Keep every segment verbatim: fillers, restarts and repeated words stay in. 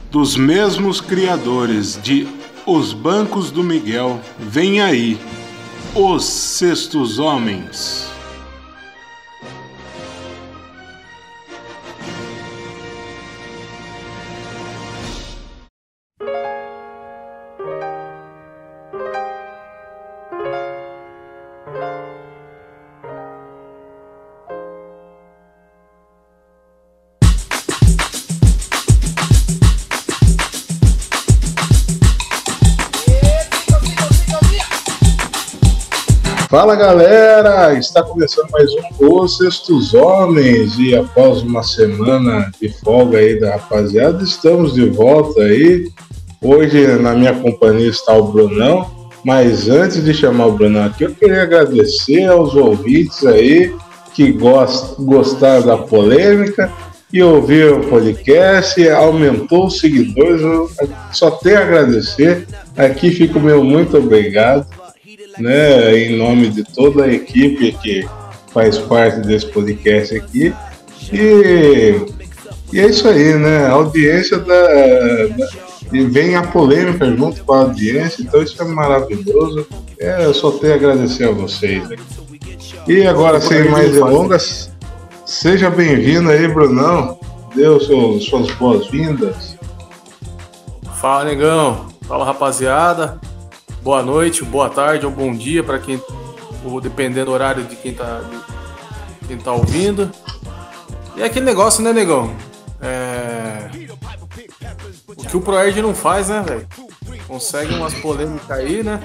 dos mesmos criadores de Os Bancos do Miguel, vem aí, Os Sextos Homens. Fala galera, está começando mais um Os Sextos Homens e após uma semana de folga aí da rapaziada, estamos de volta aí. Hoje na minha companhia está o Brunão, mas antes de chamar o Brunão aqui, eu queria agradecer aos ouvintes aí que gost, gostaram da polêmica e ouviram o podcast, aumentou os seguidores, eu só tenho a agradecer. Aqui fica o meu muito obrigado, né, em nome de toda a equipe que faz parte desse podcast aqui. E, e é isso aí, né? A audiência da, da, e vem a polêmica junto com a audiência, então isso é maravilhoso. É, eu só tenho a agradecer a vocês aqui. E agora, sem mais delongas, seja bem-vindo aí, Brunão. Dê os seus, suas boas-vindas. Fala, negão. Fala, rapaziada. Boa noite, boa tarde ou bom dia para quem, ou dependendo do horário de quem tá, de quem tá ouvindo. E é aquele negócio, né, negão? É... O que o ProErd não faz, né, velho? Consegue umas polêmicas aí, né?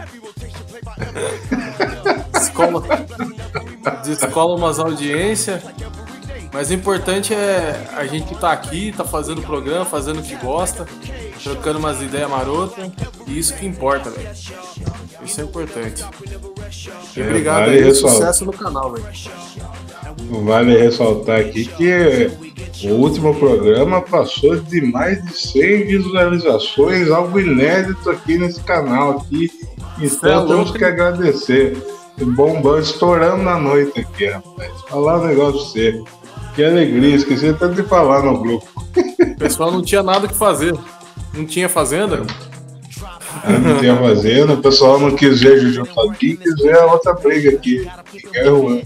Descola, descola umas audiências. Mas o importante é a gente que tá aqui, tá fazendo o programa, fazendo o que gosta, trocando umas ideias marotas, e isso que importa, velho. Isso é importante. E é, obrigado vale aí, ressalt... sucesso no canal, velho. Vale ressaltar aqui que o último programa passou de mais de cem visualizações, algo inédito aqui nesse canal aqui. Então é temos que agradecer. Bombando, estourando na noite aqui, rapaz. Falar um negócio pra você. Que alegria, esqueci tanto de falar no grupo. O pessoal não tinha nada que fazer. Não tinha fazenda? Ah, não tinha fazenda, o pessoal não quis ver Juju Todinho, quis ver a outra briga aqui. Que é Juan.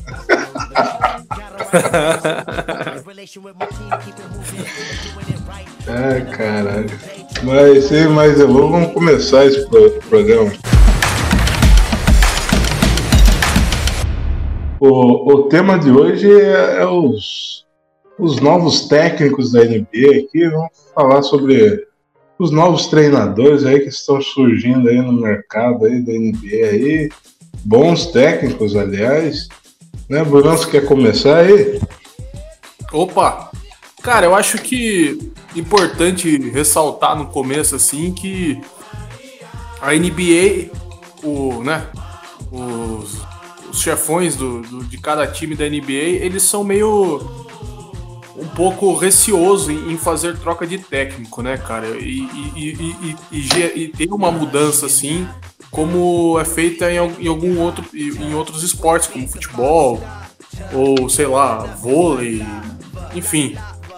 Ai, caralho. Mas sem mais delongas, vamos começar esse programa. O, o tema de hoje é, é os, os novos técnicos da N B A aqui. Vamos falar sobre os novos treinadores aí que estão surgindo aí no mercado aí da N B A aí. Bons técnicos, aliás. Né, Bruno, você quer começar aí? Opa! Cara, eu acho que é importante ressaltar no começo assim que a N B A, o, né, os os chefões do, do, de cada time da N B A, eles são meio um pouco receosos em, em fazer troca de técnico, né, cara? E, e, e, e, e, e ter uma mudança assim, como é feita em, em algum outro, em outros esportes, como futebol, ou sei lá, vôlei, enfim.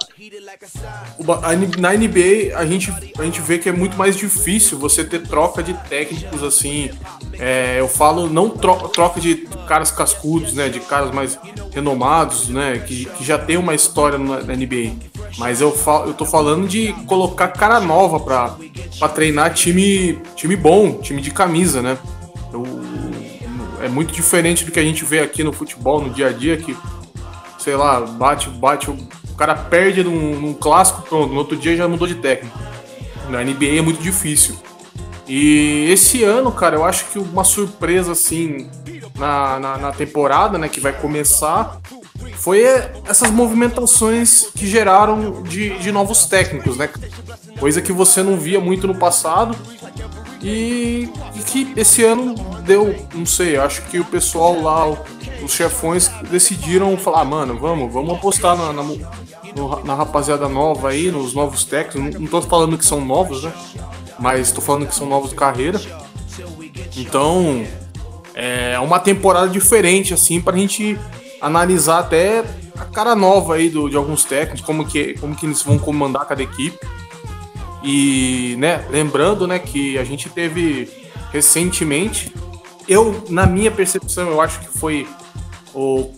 Na N B A a gente, a gente vê que é muito mais difícil você ter troca de técnicos assim. É, eu falo não tro- troca de caras cascudos, né, de caras mais renomados, né, que, que já tem uma história na, na N B A. Mas eu, falo, eu tô falando de colocar cara nova pra, pra treinar time, time bom, time de camisa, né. Eu, é muito diferente do que a gente vê aqui no futebol, no dia a dia, que, sei lá, bate, bate, o cara perde num, num clássico, pronto, no outro dia já mudou de técnico. Na N B A é muito difícil. E esse ano, cara, eu acho que uma surpresa, assim, na, na, na temporada, né, que vai começar, foi essas movimentações que geraram de, de novos técnicos, né? Coisa que você não via muito no passado e, e que esse ano deu, não sei, acho que o pessoal lá, os chefões decidiram falar, ah, mano, vamos, vamos apostar na, na, no, na rapaziada nova aí, nos novos técnicos. Não, não tô falando que são novos, né? Mas tô falando que são novos de carreira. Então, é uma temporada diferente, assim, pra gente analisar até a cara nova aí do, de alguns técnicos, como que, como que eles vão comandar cada equipe. E, né, lembrando, né, que a gente teve recentemente, eu, na minha percepção, eu acho que foi o,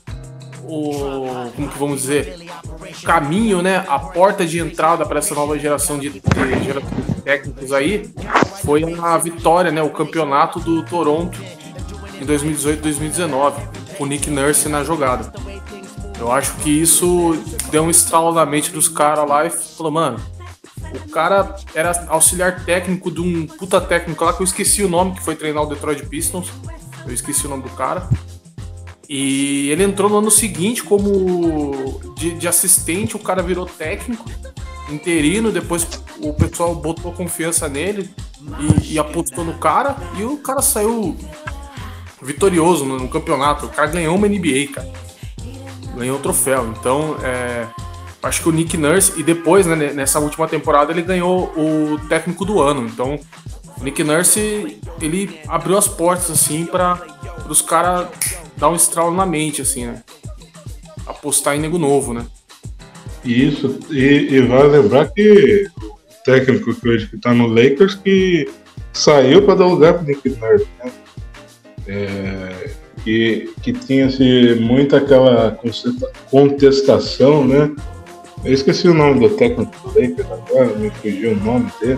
o como que vamos dizer, caminho, né, a porta de entrada para essa nova geração de, de, geração de técnicos aí, foi a vitória, né, o campeonato do Toronto em dois mil e dezoito, dois mil e dezenove, com o Nick Nurse na jogada. Eu acho que isso deu um estralo na mente dos caras lá e falou, mano, o cara era auxiliar técnico de um puta técnico lá que eu esqueci o nome, que foi treinar o Detroit Pistons. Eu esqueci o nome do cara. E ele entrou no ano seguinte como de, de assistente, o cara virou técnico, interino, depois o pessoal botou confiança nele e, e apostou no cara, e o cara saiu vitorioso no, no campeonato. O cara ganhou uma N B A, cara. Ganhou o troféu. Então, é, acho que o Nick Nurse, e depois, né, nessa última temporada, ele ganhou o técnico do ano. Então, o Nick Nurse, ele abriu as portas, assim, para os caras dar um estralo na mente, assim, né? Apostar em nego novo, né? Isso, e, e vale lembrar que o técnico que hoje está no Lakers que saiu para dar lugar para o Nick Nurse, né? É, que, que tinha-se muito aquela contestação, né? Eu esqueci o nome do técnico do Lakers agora, me fugiu o nome dele,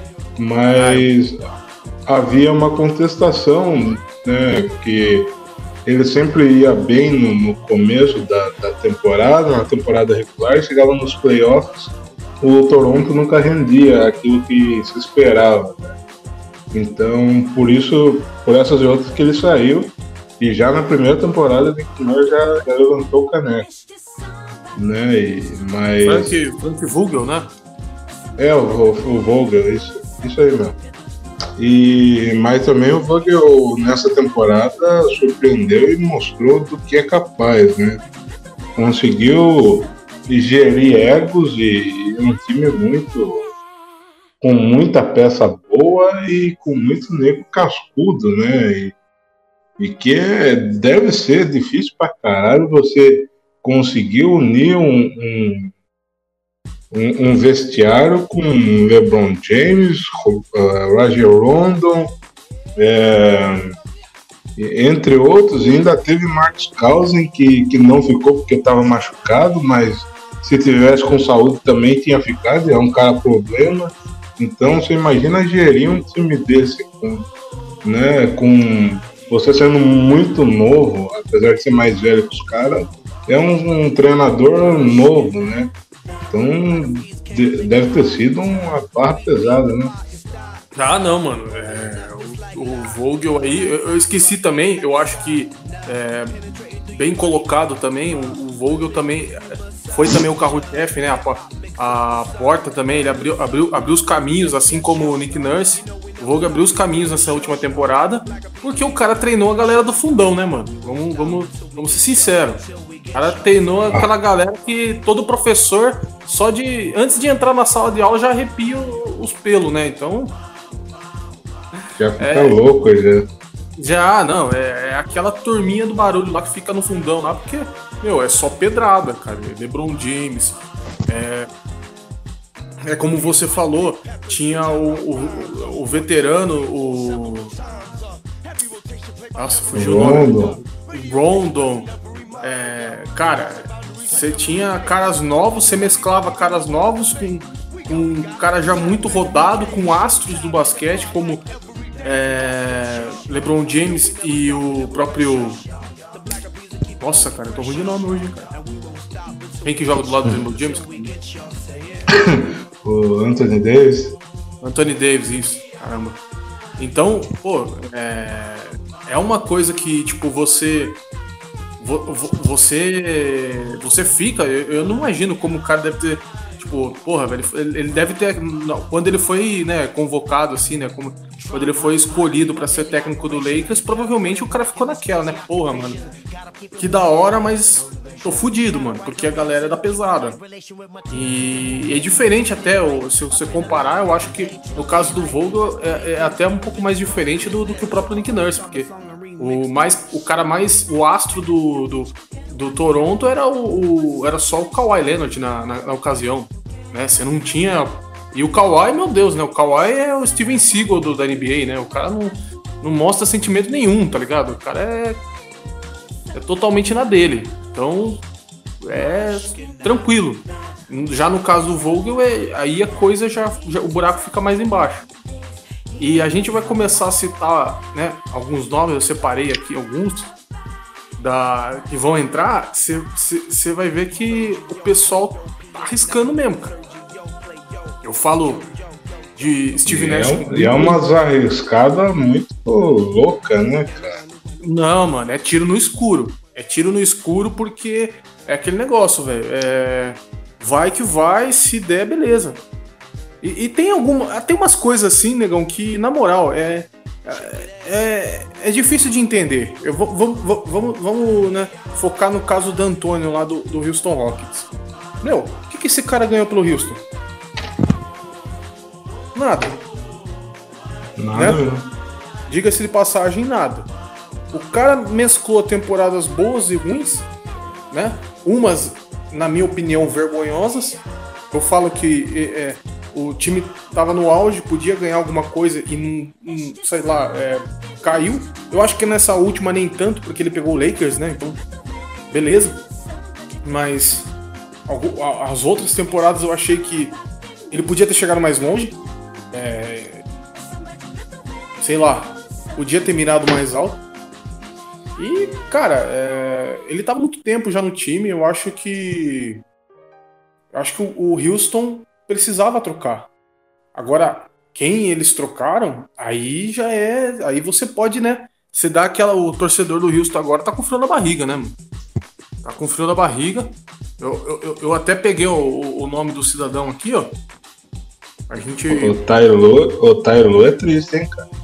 mas havia uma contestação, né? Que ele sempre ia bem no, no começo da, da temporada, na temporada regular, chegava nos playoffs, o Toronto nunca rendia aquilo que se esperava, né? Então, por isso, por essas e outras que ele saiu, e já na primeira temporada o Nick Nurse já, já levantou o caneco, né? E, mas... Frank, Frank Vogel, né? É, o, o, o Vogel, isso, isso aí mesmo. E, mas também o Vogel nessa temporada surpreendeu e mostrou do que é capaz, né? Conseguiu gerir egos e um time muito... com muita peça boa e com muito nego cascudo, né? E, e que é, deve ser difícil pra caralho você conseguir unir um, um, um, um vestiário com LeBron James, uh, Rajon Rondo, é, entre outros. E ainda teve Marcus Cousins, que, que não ficou porque estava machucado, mas se tivesse com saúde também tinha ficado, é um cara problema. Então você imagina gerir um time desse, com, né, com você sendo muito novo, apesar de ser mais velho que os caras, é um, um treinador novo, né? Então de, deve ter sido uma barra pesada, né? Ah, não, mano. É, o, o Vogel aí, eu, eu esqueci também, eu acho que é, bem colocado também, o, o Vogel também foi também o carro-chefe, né? A, a porta também, ele abriu, abriu, abriu os caminhos, assim como o Nick Nurse. O Vogel abriu os caminhos nessa última temporada, porque o cara treinou a galera do fundão, né, mano? Vamos, vamos, vamos ser sinceros. O cara treinou aquela galera que todo professor, só de antes de entrar na sala de aula, já arrepia os pelos, né? Então... Já fica é, louco, já. Já, não, é, é aquela turminha do barulho lá que fica no fundão lá, porque, meu, é só pedrada, cara. LeBron James, é... É como você falou, tinha o, o, o veterano, o... Nossa, fugiu o nome. O Rondon. É, cara, você tinha caras novos, você mesclava caras novos com, com um cara já muito rodado, com astros do basquete, como é, LeBron James e o próprio... Nossa, cara, eu tô ruim de nome hoje, cara. Quem que joga do lado do LeBron James? O Anthony Davis. Anthony Davis, isso, caramba. Então, pô, é, é uma coisa que, tipo, você você você fica, eu, eu não imagino como o cara deve ter, tipo, porra, velho, ele deve ter, quando ele foi, né, convocado, assim, né, como, quando ele foi escolhido pra ser técnico do Lakers, provavelmente o cara ficou naquela, né, porra, mano, que da hora, mas tô fudido, mano, porque a galera é da pesada. E, e é diferente até, se você comparar, eu acho que no caso do Vogel é, é até um pouco mais diferente do, do que o próprio Nick Nurse, porque o, mais, o cara mais, o astro do, do, do Toronto era, o, o, era só o Kawhi Leonard na, na, na ocasião, né? Você não tinha E o Kawhi, meu Deus, né? O Kawhi é o Steven Seagal do, da N B A, né? O cara não, não mostra sentimento nenhum, tá ligado? O cara é, é totalmente na dele. Então, é tranquilo. Já no caso do Vogel, é, aí a coisa já, já... o buraco fica mais embaixo. E a gente vai começar a citar, né, alguns nomes, eu separei aqui alguns da, que vão entrar. Você vai ver que o pessoal tá arriscando mesmo, cara. Eu falo de Steve e Nash. É, e é umas arriscadas muito louca, né, cara? Não, mano, é tiro no escuro. É tiro no escuro porque é aquele negócio, velho. É, vai que vai, se der, beleza. E, e tem alguma, tem umas coisas assim, negão, que, na moral, é, é, é difícil de entender. Eu vou, vou, vou, vamos, vamos né, focar no caso do Antônio lá do, do Houston Rockets. Meu, o que, que esse cara ganhou pelo Houston? Nada. Nada, né? Diga-se de passagem, nada. O cara mesclou temporadas boas e ruins, né? Umas, na minha opinião, vergonhosas. Eu falo que é, o time tava no auge, podia ganhar alguma coisa e não, não sei lá, é, caiu. Eu acho que nessa última nem tanto, porque ele pegou o Lakers, né? Então, beleza. Mas as outras temporadas eu achei que ele podia ter chegado mais longe. É, sei lá, podia ter mirado mais alto. E, cara, é, ele tava muito tempo já no time. Eu acho que. Eu acho que o Houston precisava trocar. Agora, quem eles trocaram, aí já é. Aí você pode, né? Você dá aquela. O torcedor do Houston agora tá com frio na barriga, né, mano? Tá com frio na barriga. Eu, eu, eu até peguei o, o nome do cidadão aqui, ó. A gente. O Tylo, o Tylo é triste, hein, cara?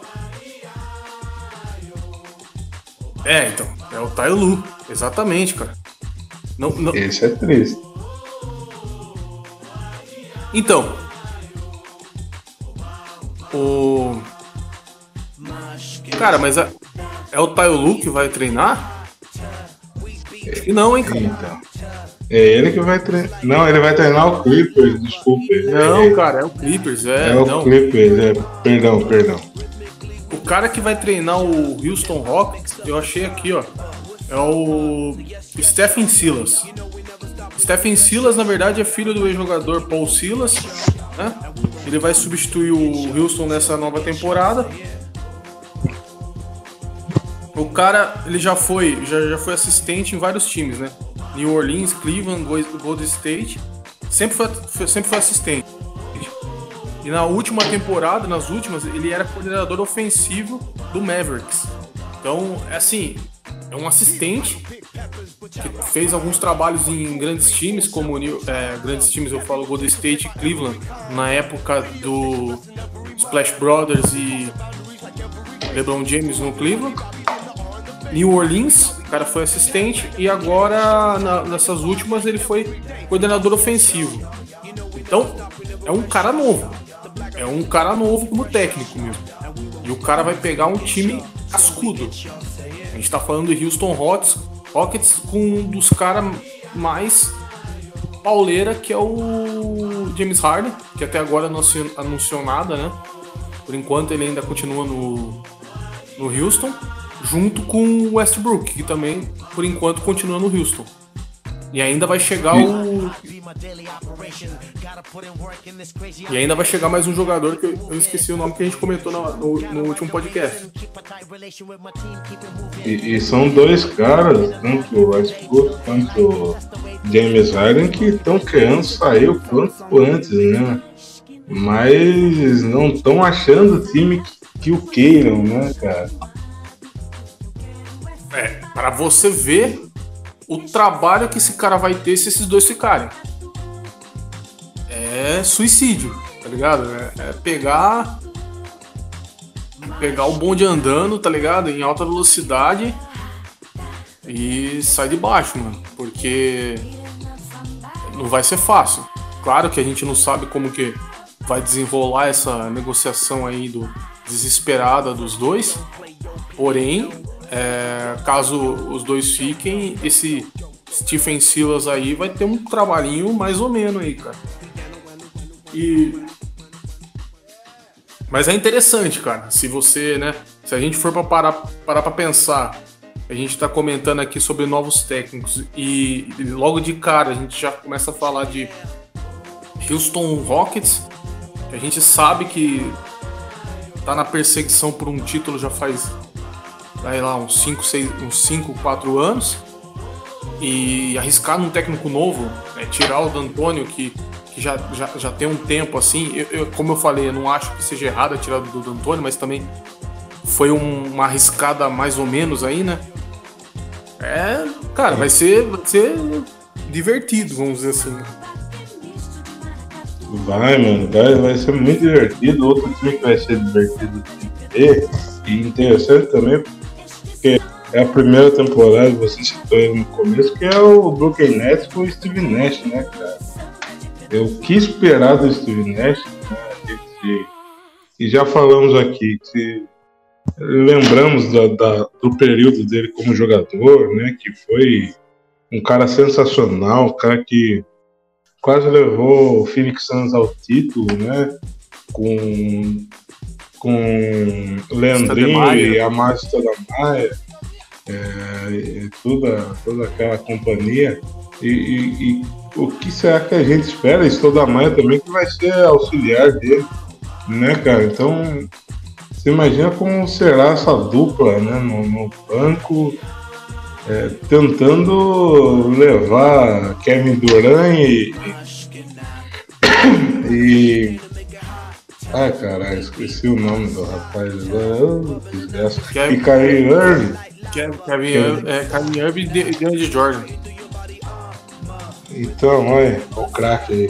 É, então. É o Ty Lue. Exatamente, cara. Não, não... Esse é triste. Então. O. Cara, mas é, é o Ty Lue que vai treinar? Acho que não, hein, cara. Então. É ele que vai treinar. Não, ele vai treinar o Clippers, desculpa. Não, é, cara, é o Clippers, é. É o não. Clippers, é. Perdão, perdão. O cara que vai treinar o Houston Rockets, eu achei aqui, ó. É o Stephen Silas. Stephen Silas, na verdade, é filho do ex-jogador Paul Silas, né? Ele vai substituir o Houston nessa nova temporada. O cara, ele já foi, já, já foi assistente em vários times, né? New Orleans, Cleveland, Golden State. Sempre foi, sempre foi assistente. E na última temporada, nas últimas, ele era coordenador ofensivo do Mavericks. Então, é assim, é um assistente que fez alguns trabalhos em grandes times, como é, grandes times, eu falo Golden State e Cleveland, na época do Splash Brothers e LeBron James no Cleveland. New Orleans, o cara foi assistente, e agora, na, nessas últimas, ele foi coordenador ofensivo. Então, é um cara novo. É um cara novo como técnico mesmo. E o cara vai pegar um time cascudo. A gente tá falando de Houston Rockets, Rockets com um dos caras mais pauleira, que é o James Harden, que até agora não anunciou nada, né? Por enquanto ele ainda continua no, no Houston, junto com o Westbrook, que também, por enquanto, continua no Houston. E ainda vai chegar o... E ainda vai chegar mais um jogador que eu esqueci o nome, que a gente comentou no, no, no último podcast. E, e são dois caras, tanto o Westbrook quanto o James Harden, que estão querendo sair o quanto antes, né? Mas não estão achando o time que, que o queiram, né, cara? É, para você ver o trabalho que esse cara vai ter se esses dois ficarem. É suicídio, tá ligado? É, é pegar pegar o bonde andando, tá ligado? Em alta velocidade e sair de baixo, mano. Porque não vai ser fácil. Claro que a gente não sabe como que vai desenrolar essa negociação aí do desesperada dos dois. Porém, É, caso os dois fiquem, esse Stephen Silas aí vai ter um trabalhinho mais ou menos aí, cara. E... Mas é interessante, cara. Se você, né? Se a gente for para parar, parar para pensar, a gente está comentando aqui sobre novos técnicos e, e logo de cara a gente já começa a falar de Houston Rockets, que a gente sabe que tá na perseguição por um título já faz, vai lá, uns cinco, seis, uns cinco, quatro anos. E arriscar num técnico novo, é, tirar o D'Antoni, que, que já, já, já tem um tempo assim. Eu, eu, como eu falei, eu não acho que seja errado a tirada do D'Antoni, mas também foi um, uma arriscada mais ou menos aí, né? É, cara, vai ser, vai ser divertido, vamos dizer assim. Vai, mano, vai, vai ser muito divertido. Outro time que vai ser divertido de ver e interessante também, porque é a primeira temporada, você citou aí no começo, que é o Brooklyn Nets com o Steve Nash, né, cara? Eu quis esperar do Steve Nash, né? E, e já falamos aqui que lembramos da, da, do período dele como jogador, né? Que foi um cara sensacional, um cara que quase levou o Phoenix Suns ao título, né? Com, com Leandrinho e Amário Stoudemire. É, toda, toda aquela companhia e, e, e o que será que a gente espera? Stoudemire também, que vai ser auxiliar dele, né, cara? Então você imagina como será essa dupla, né, no, no banco, é, tentando levar Kevin Durant e, e, e ai caralho, esqueci o nome do rapaz agora, desgraça. E Kyrie Irving. Kevin, Kevin, é, Kevin Irving e DeAndre Jordan. Então, olha, o craque aí.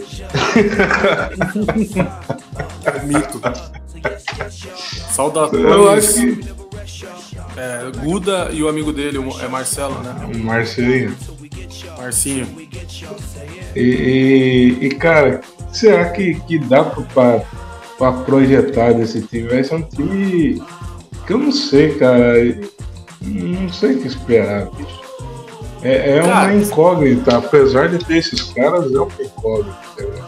Mito. Saudações. Eu acho que... é, Guda e o amigo dele, é Marcelo, né? Marcelinho. Marcinho. E, e, e cara, será que, que dá pra, pra projetar desse time? Vai ser um time que eu não sei, cara. Não sei o que esperar, bicho. É, é uma cara, incógnita, apesar de ter esses caras, é uma incógnita. Né?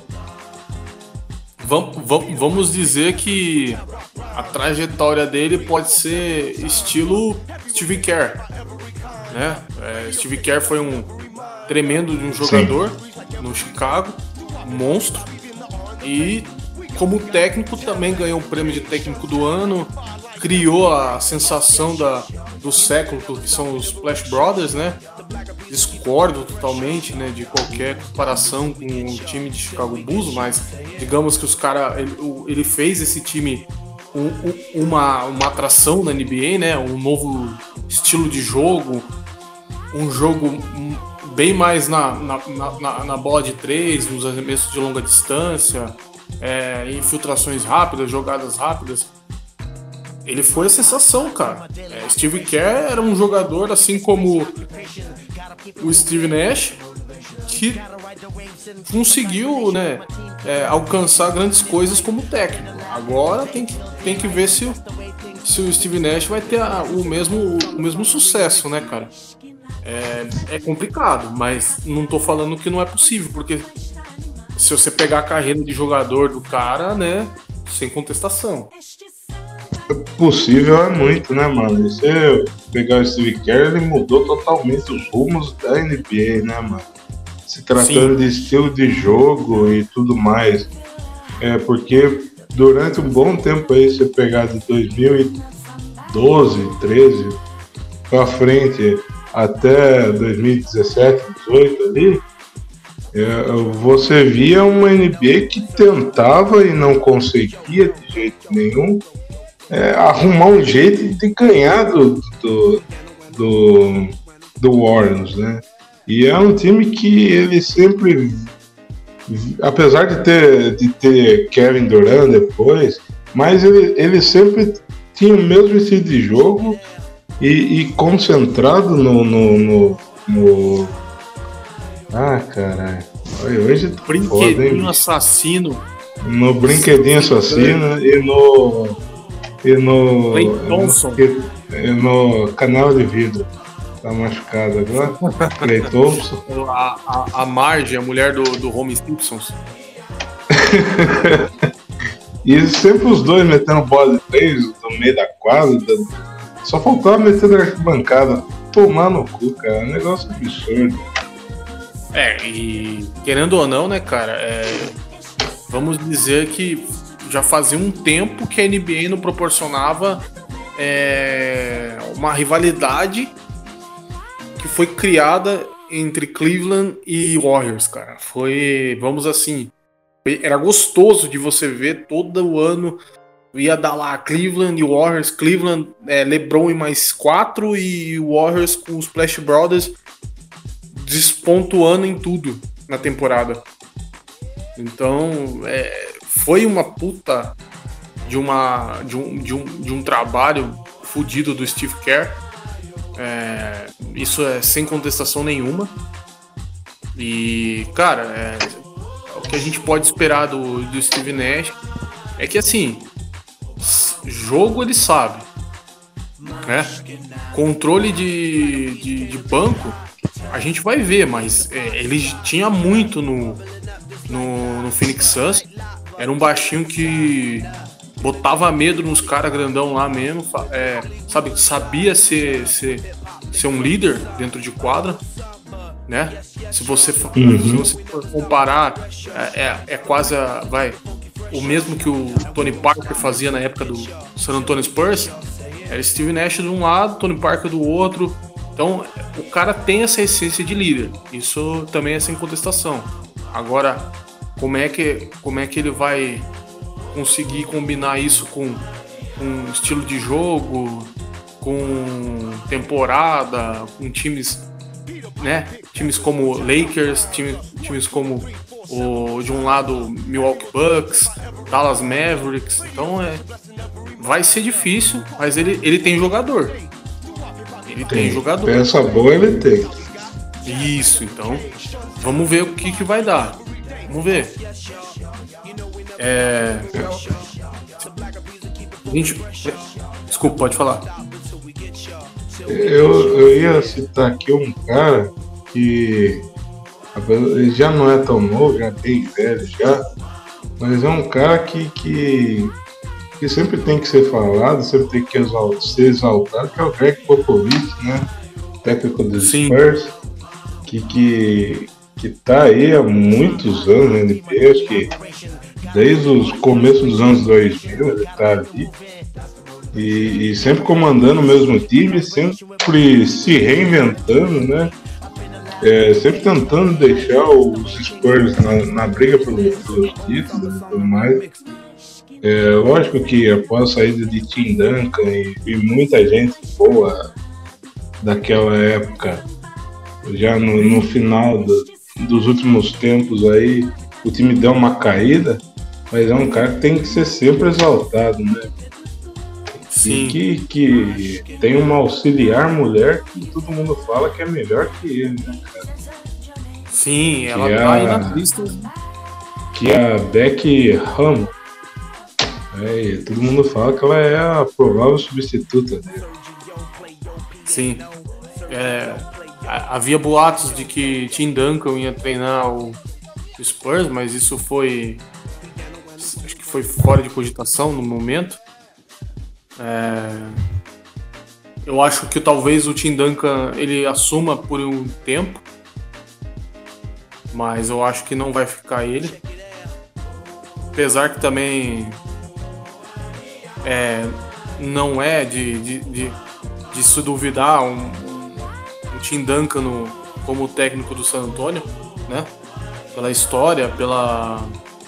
Vamos, vamos, vamos dizer que a trajetória dele pode ser estilo Steve Kerr, né? É, Steve Kerr foi um tremendo de um jogador Sim. no Chicago, um monstro, e como técnico também ganhou o prêmio de técnico do ano, criou a sensação da, do século, que são os Splash Brothers, né? Discordo totalmente, né, de qualquer comparação com o time de Chicago Bulls, mas digamos que os caras, ele, ele fez esse time um, um, uma, uma atração na N B A, né? Um novo estilo de jogo, um jogo bem mais na, na, na, na bola de três, nos arremessos de longa distância, é, infiltrações rápidas, jogadas rápidas. Ele foi a sensação, cara. É, Steve Kerr era um jogador assim como o Steve Nash, que conseguiu, né, é, alcançar grandes coisas como técnico. Agora tem que, tem que ver se, se o Steve Nash vai ter a, o, mesmo, o mesmo sucesso, né, cara? É, é complicado, mas não tô falando que não é possível, porque se você pegar a carreira de jogador do cara, né, sem contestação. Possível é muito, né, mano? E se pegar o Steve Kerr, ele mudou totalmente os rumos da N B A, né, mano? Se tratando Sim. de estilo de jogo e tudo mais. É porque durante um bom tempo aí, você pegar de dois mil e doze, treze pra frente até dois mil e dezessete, dezoito ali, é, você via uma N B A que tentava e não conseguia de jeito nenhum É, arrumar um jeito de ganhar do, do, do, do Warriors, né? E é um time que ele sempre, apesar de ter, de ter Kevin Durant depois, mas ele, ele sempre tinha o mesmo estilo de jogo e, e concentrado no, no, no, no... Ah, caralho. Hoje tá Brinquedinho foda, assassino. No brinquedinho assassino e no... E no, e, e no canal de vidro. Tá machucado agora. Clay Thompson. A, a, a Marge, a mulher do, do Homer Simpsons. E sempre os dois metendo bola de três no meio da quadra. Só faltava meter na arquibancada. Tomar no cu, cara. É um negócio absurdo. É, e querendo ou não, né, cara, é, vamos dizer que já fazia um tempo que a N B A não proporcionava é, uma rivalidade que foi criada entre Cleveland e Warriors, cara. Foi, vamos assim, era gostoso de você ver todo ano. Ia dar lá Cleveland e Warriors, Cleveland, é, LeBron e mais quatro, e Warriors com os Splash Brothers despontuando em tudo na temporada. Então, é, foi uma puta de, uma, de, um, de, um, de um trabalho fodido do Steve Kerr. É, isso é sem contestação nenhuma. E, cara, é, o que a gente pode esperar do, do Steve Nash é que, assim, jogo ele sabe, né? Controle de, de, de banco a gente vai ver, mas é, ele tinha muito no, no, no Phoenix Suns. Era um baixinho que botava medo nos caras grandão lá mesmo, é, sabe? Sabia ser, ser, ser um líder dentro de quadra, né? Se você, uhum. se você for comparar, é, é, é quase a, vai, o mesmo que o Tony Parker fazia na época do San Antonio Spurs. Era Steve Nash de um lado, Tony Parker do outro. Então, o cara tem essa essência de líder. Isso também é sem contestação. Agora, como é que, como é que ele vai conseguir combinar isso com, com estilo de jogo, com temporada, com times, né? Times como Lakers, time, times como o, de um lado Milwaukee Bucks, Dallas Mavericks. Então, é, vai ser difícil, mas ele, ele tem jogador. Ele tem, tem jogador. Peça boa ele tem. Isso, então vamos ver o que, que vai dar. Vamos ver. É... Gente... Desculpa, pode falar. Eu, eu ia citar aqui um cara que ele já não é tão novo, já tem velho já, mas é um cara que, que que sempre tem que ser falado, sempre tem que exaltar, ser exaltado, que é o Greg Popovich, né? Técnico dos Sim. Spurs, que, que, que tá aí há muitos anos na N B A, acho que desde os começos dos anos dois mil ele tá ali, e, e sempre comandando o mesmo time, sempre se reinventando, né? É, sempre tentando deixar os Spurs na, na briga pelos, pelos títulos e tudo mais. É, lógico que após a saída de Tim Duncan e, e muita gente boa daquela época, já no, no final do, dos últimos tempos aí, o time deu uma caída, mas é um cara que tem que ser sempre exaltado, né? Sim. E que, que tem uma auxiliar mulher que todo mundo fala que é melhor que ele, né, cara? Sim, ela que tá a, aí na lista. Que é a Becky Hammond. É, todo mundo fala que ela é a provável substituta dele. Sim. É, havia boatos de que Tim Duncan ia treinar o Spurs, mas isso foi, acho que foi fora de cogitação no momento. É, eu acho que talvez o Tim Duncan ele assuma por um tempo, mas eu acho que não vai ficar ele. Apesar que também É, não é de, de, de, de se duvidar um, um, um Tim Duncan no, como técnico do San Antonio, né? Pela história, pela,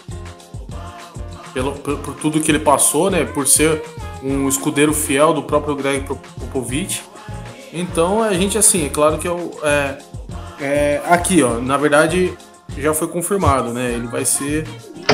pelo, por, por tudo que ele passou, né? Por ser um escudeiro fiel do próprio Greg Popovich. Então a gente, assim, é claro que eu, é, é, aqui, ó, na verdade já foi confirmado, né? Ele vai ser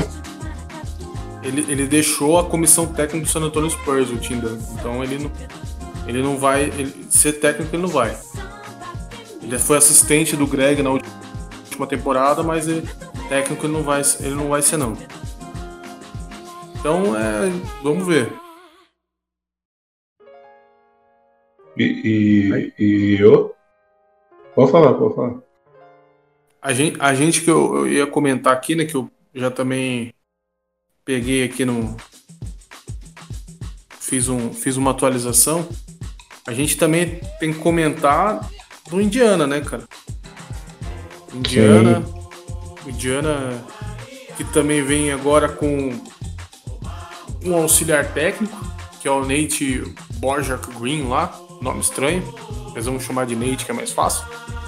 Ele, ele deixou a comissão técnica do San Antonio Spurs, o Tim Duncan. Então ele não, ele não vai... Ele, ser técnico ele não vai. Ele foi assistente do Greg na última temporada, mas ele, técnico ele não vai, ele não vai ser, não. Então, é, vamos ver. E, e, e eu? Pode falar, pode falar. A gente, a gente que eu, eu ia comentar aqui, né, que eu já também peguei aqui no... Fiz, um, fiz uma atualização. A gente também tem que comentar do Indiana, né, cara? Indiana... Sim. Indiana que também vem agora com um auxiliar técnico, que é o Nate Borjak Green lá, nome estranho, mas vamos chamar de Nate que é mais fácil.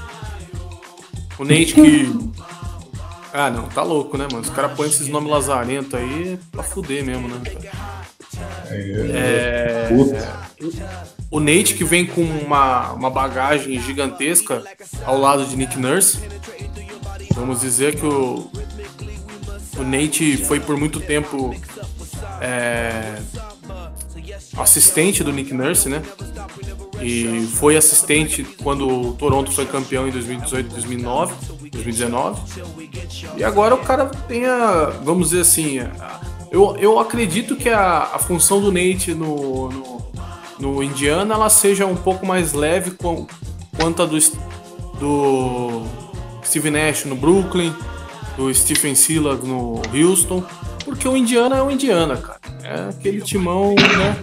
O Nate que... Ah, não, tá louco, né, mano? Os caras põem esses nomes lazarentos aí pra fuder mesmo, né, cara? É... O Nate que vem com uma, uma bagagem gigantesca ao lado de Nick Nurse. Vamos dizer que o, o Nate foi por muito tempo é, assistente do Nick Nurse, né? E foi assistente quando o Toronto foi campeão em dois mil e dezoito, dois mil e nove, dois mil e dezenove. E agora o cara tem a, vamos dizer assim, a, eu, eu acredito que a, a função do Nate no, no, no Indiana ela seja um pouco mais leve com, quanto a do, do Steve Nash no Brooklyn, do Stephen Silas no Houston, porque o Indiana é o Indiana, cara. É aquele timão, né?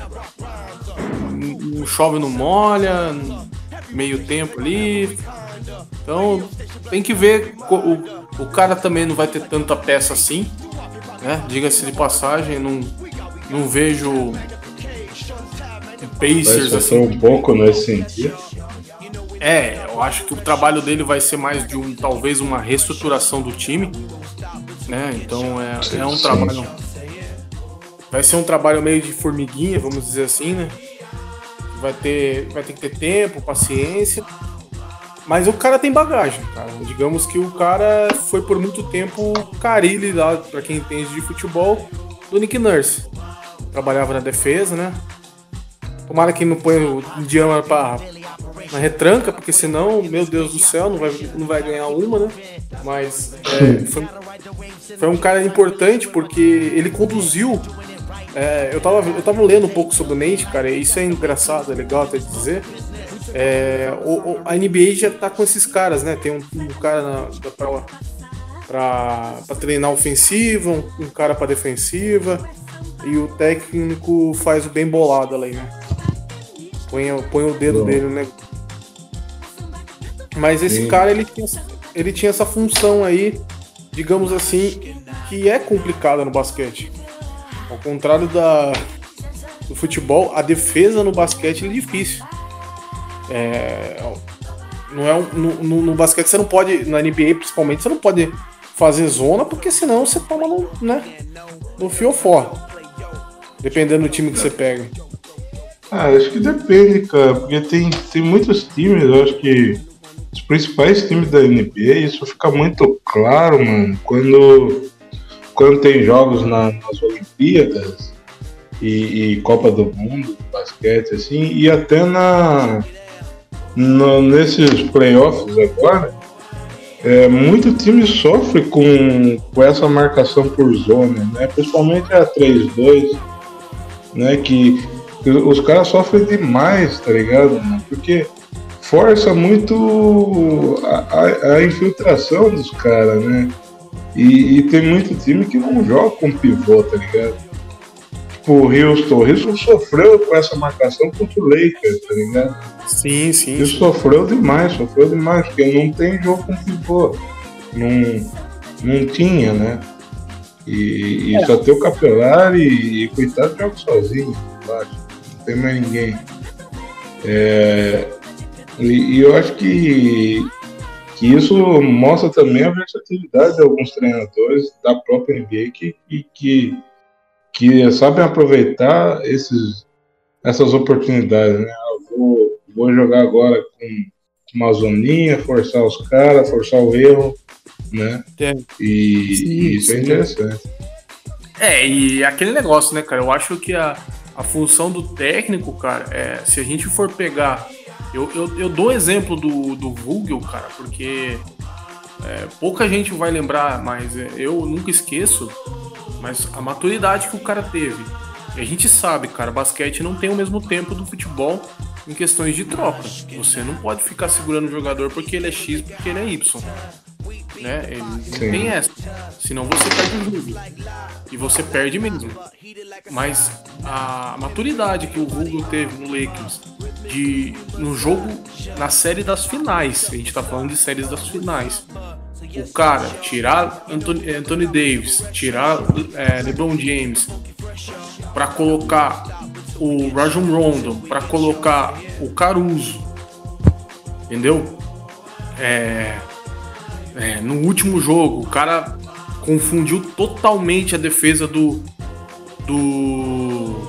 Não chove, não molha, meio tempo ali. Então tem que ver. O, o cara também não vai ter tanta peça assim, né? Diga-se de passagem, não, não vejo Pacers assim. um pouco nesse sentido. É, eu acho que o trabalho dele vai ser mais de um, talvez uma reestruturação do time, né? Então é, é um trabalho, vai ser um trabalho meio de formiguinha, vamos dizer assim, né? Vai ter, vai ter que ter tempo, paciência, mas o cara tem bagagem, cara. Digamos que o cara foi por muito tempo carilho lá, pra quem entende de futebol, do Nick Nurse. Trabalhava na defesa, né? Tomara que não põe o Indiana pra na retranca, porque senão, meu Deus do céu, não vai, não vai ganhar uma, né? Mas é, foi, foi um cara importante porque ele conduziu. É, eu, tava, eu tava lendo um pouco sobre o Nate, cara, e isso é engraçado, é legal até dizer. É, o, o, a N B A já tá com esses caras, né? Tem um, um cara na, pra, pra, pra treinar ofensiva, um, um cara pra defensiva, e o técnico faz o bem bolado ali, né? Põe, põe o dedo Bom. dele, né? Mas esse Sim. cara, ele tinha, ele tinha essa função aí, digamos assim, que é complicada no basquete. Ao contrário da, do futebol, a defesa no basquete é difícil. É, não é um, no, no basquete você não pode, na N B A principalmente, você não pode fazer zona, porque senão você toma no, né, no fiofó. Dependendo do time que você pega. Ah, acho que depende, cara, porque tem, tem muitos times, eu acho que os principais times da N B A, isso fica muito claro, mano, quando, quando tem jogos na, nas Olimpíadas e, e Copa do Mundo, basquete, assim, e até na, no, nesses playoffs agora, é, muito time sofre com, com essa marcação por zona, né, principalmente a três dois, né, que os caras sofrem demais, tá ligado, mano? Porque força muito a, a, a infiltração dos caras, né? E, e tem muito time que não joga com pivô, tá ligado? Tipo, o Houston. O Houston sofreu com essa marcação contra o Lakers, tá ligado? Sim, sim. Ele sim. sofreu demais, sofreu demais, porque não tem jogo com pivô. Não, não tinha, né? E, e é. só tem o Capellar e, e coitado joga sozinho, embaixo. Não tem mais ninguém. É, e, e eu acho que, que isso mostra também a versatilidade de alguns treinadores da própria N B A que, que, que, que sabem aproveitar esses, essas oportunidades, né? Eu vou, vou jogar agora com uma zoninha, forçar os caras, forçar o erro, né? É. E, sim, e isso sim. é interessante. É, e aquele negócio, né, cara? Eu acho que a A função do técnico, cara, é, se a gente for pegar... Eu, eu, eu dou exemplo do, do Vogel, cara, porque é, pouca gente vai lembrar, mas eu nunca esqueço, mas a maturidade que o cara teve. E a gente sabe, cara, basquete não tem o mesmo tempo do futebol em questões de troca. Você não pode ficar segurando o jogador porque ele é X, porque ele é Y. né? Ele não Sim. tem essa. Senão você perde o jogo. E você perde mesmo. Mas a maturidade que o Vogel teve no Lakers de, no jogo, na série das finais, a gente tá falando de séries das finais, o cara tirar Anthony, Anthony Davis, tirar é, LeBron James pra colocar o Rajon Rondo, pra colocar o Caruso, entendeu? É, é, no último jogo, o cara confundiu totalmente a defesa do do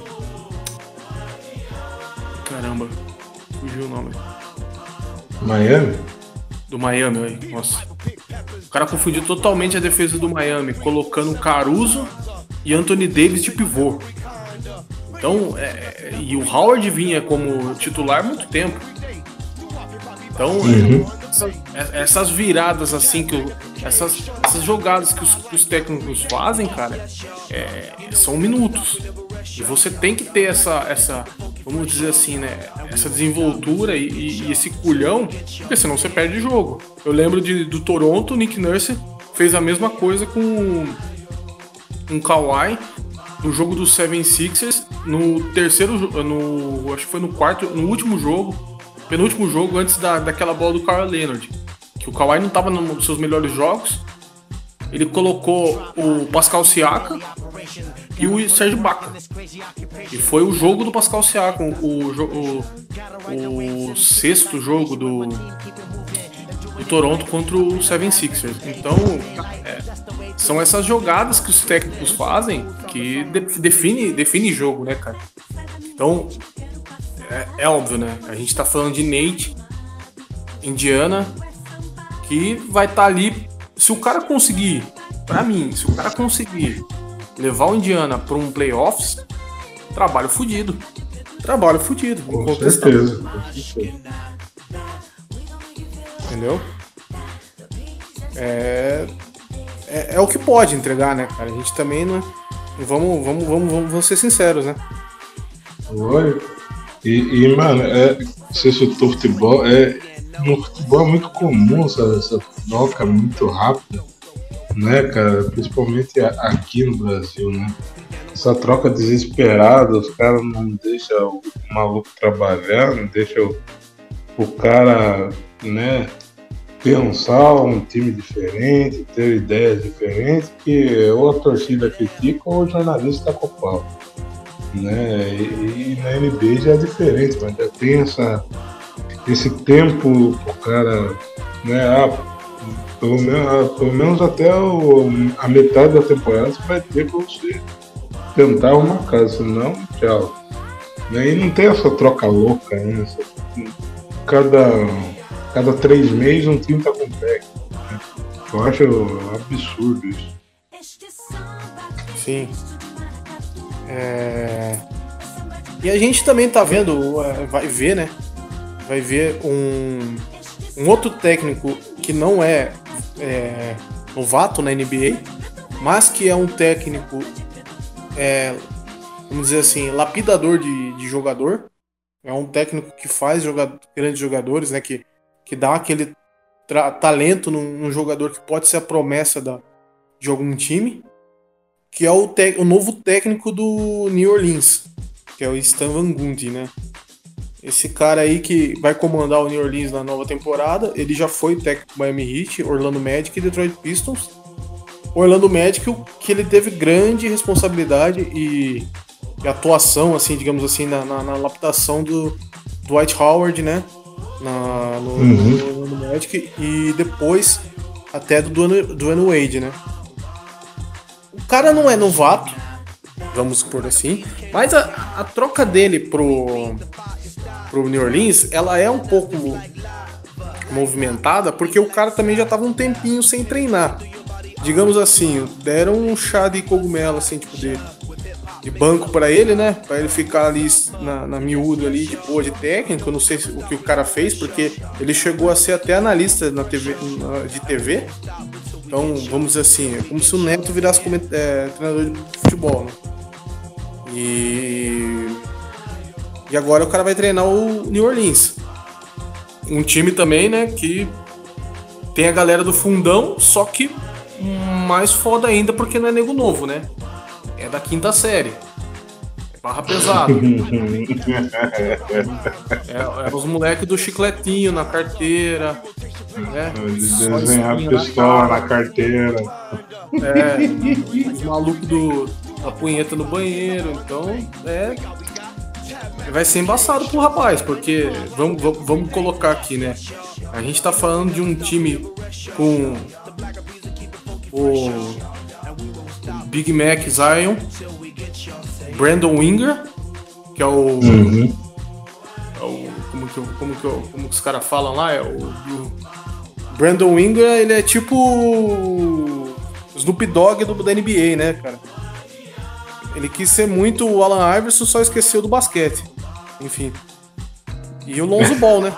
caramba, fugiu o nome. Miami? Do Miami, nossa. O cara confundiu totalmente a defesa do Miami, colocando Caruso e Anthony Davis de pivô. Então, é, e o Howard vinha como titular há muito tempo. Então, uhum. essas, essas viradas assim, que eu, essas, essas jogadas que os, que os técnicos fazem, cara, é, são minutos. E você tem que ter essa, essa, vamos dizer assim, né, essa desenvoltura e, e esse culhão, porque senão você perde o jogo. Eu lembro de, do Toronto, o Nick Nurse fez a mesma coisa com um Kawhi no jogo dos seventy-sixers, no terceiro, no, acho que foi no quarto, no último jogo, penúltimo jogo antes da, daquela bola do Kawhi Leonard, que o Kawhi não estava nos seus melhores jogos. Ele colocou o Pascal Siakam e o Serge Ibaka. E foi o jogo do Pascal Siakam, o, o, o sexto jogo do, do Toronto contra o seventy-sixers. Então, é, são essas jogadas que os técnicos fazem que de, define, define jogo, né, cara? Então, é, é óbvio, né? A gente tá falando de Nate, Indiana, que vai estar tá ali. Se o cara conseguir, pra mim, se o cara conseguir levar o Indiana pra um playoffs, trabalho fudido. Trabalho fudido. Com certeza. Entendeu? É, é, é o que pode entregar, né, cara? A gente também não. Vamos, vamos, vamos, vamos ser sinceros, né? Oi. E, e mano, é, você citou futebol, é. No futebol é muito comum essa, essa troca muito rápida, né, cara? Principalmente aqui no Brasil, né? Essa troca desesperada, os caras não deixam o maluco trabalhar, não deixam o, o cara, né, pensar um time diferente, ter ideias diferentes, que ou a torcida critica ou o jornalista tá com o pau, né? E, e na N B A já é diferente, mas já tem essa... esse tempo o cara, né, ah, pelo, menos, pelo menos até o, a metade da temporada você vai ter pra você tentar uma casa, senão tchau. E não tem essa troca louca, né? Cada, cada três meses um time tá com técnico, né? Eu acho absurdo isso. Sim. É... E a gente também tá vendo, vai ver, né? Vai ver um, um outro técnico que não é, é novato na N B A, mas que é um técnico, é, vamos dizer assim, lapidador de, de jogador. É um técnico que faz jogador, grandes jogadores, né, que, que dá aquele tra- talento num, num jogador que pode ser a promessa da, de algum time, que é o, te- o novo técnico do New Orleans, que é o Stan Van Gundy, né? Esse cara aí que vai comandar o New Orleans na nova temporada, ele já foi técnico do Miami Heat, Orlando Magic e Detroit Pistons. Orlando Magic, que ele teve grande responsabilidade e, e atuação, assim, digamos assim, na, na, na lapidação do Dwight Howard, né? Na, no, uhum. no Orlando Magic e depois até do Dwayne Wade, né? O cara não é novato, vamos supor assim, mas a, a troca dele pro... pro New Orleans, ela é um pouco movimentada, porque o cara também já tava um tempinho sem treinar. Digamos assim, deram um chá de cogumelo, assim, tipo, de, de banco pra ele, né? Pra ele ficar ali na, na miúdo ali, de boa, de técnico. Eu não sei o que o cara fez, porque ele chegou a ser até analista na T V, na, de T V. Então, vamos dizer assim, é como se o Neto virasse como, é, treinador de futebol, né? E... E agora o cara vai treinar o New Orleans. Um time também, né, que tem a galera do fundão, só que mais foda ainda porque não é nego novo, né? É da quinta série. É barra pesada. é, é os moleques do chicletinho na carteira. Né? Desenhar pistola na, na carteira. É, os malucos do, da punheta no banheiro. Então, é. Vai ser embaçado pro rapaz, porque vamos, vamos, vamos colocar aqui, né? A gente tá falando de um time com o Big Mac Zion, Brandon Ingram, que é o. Uhum. É o como, que, como, que, como que os caras falam lá? É o, o Brandon Ingram, ele é tipo o Snoop Dogg do, da N B A, né, cara? Ele quis ser muito o Allen Iverson, só esqueceu do basquete. Enfim. E o Lonzo Ball, né?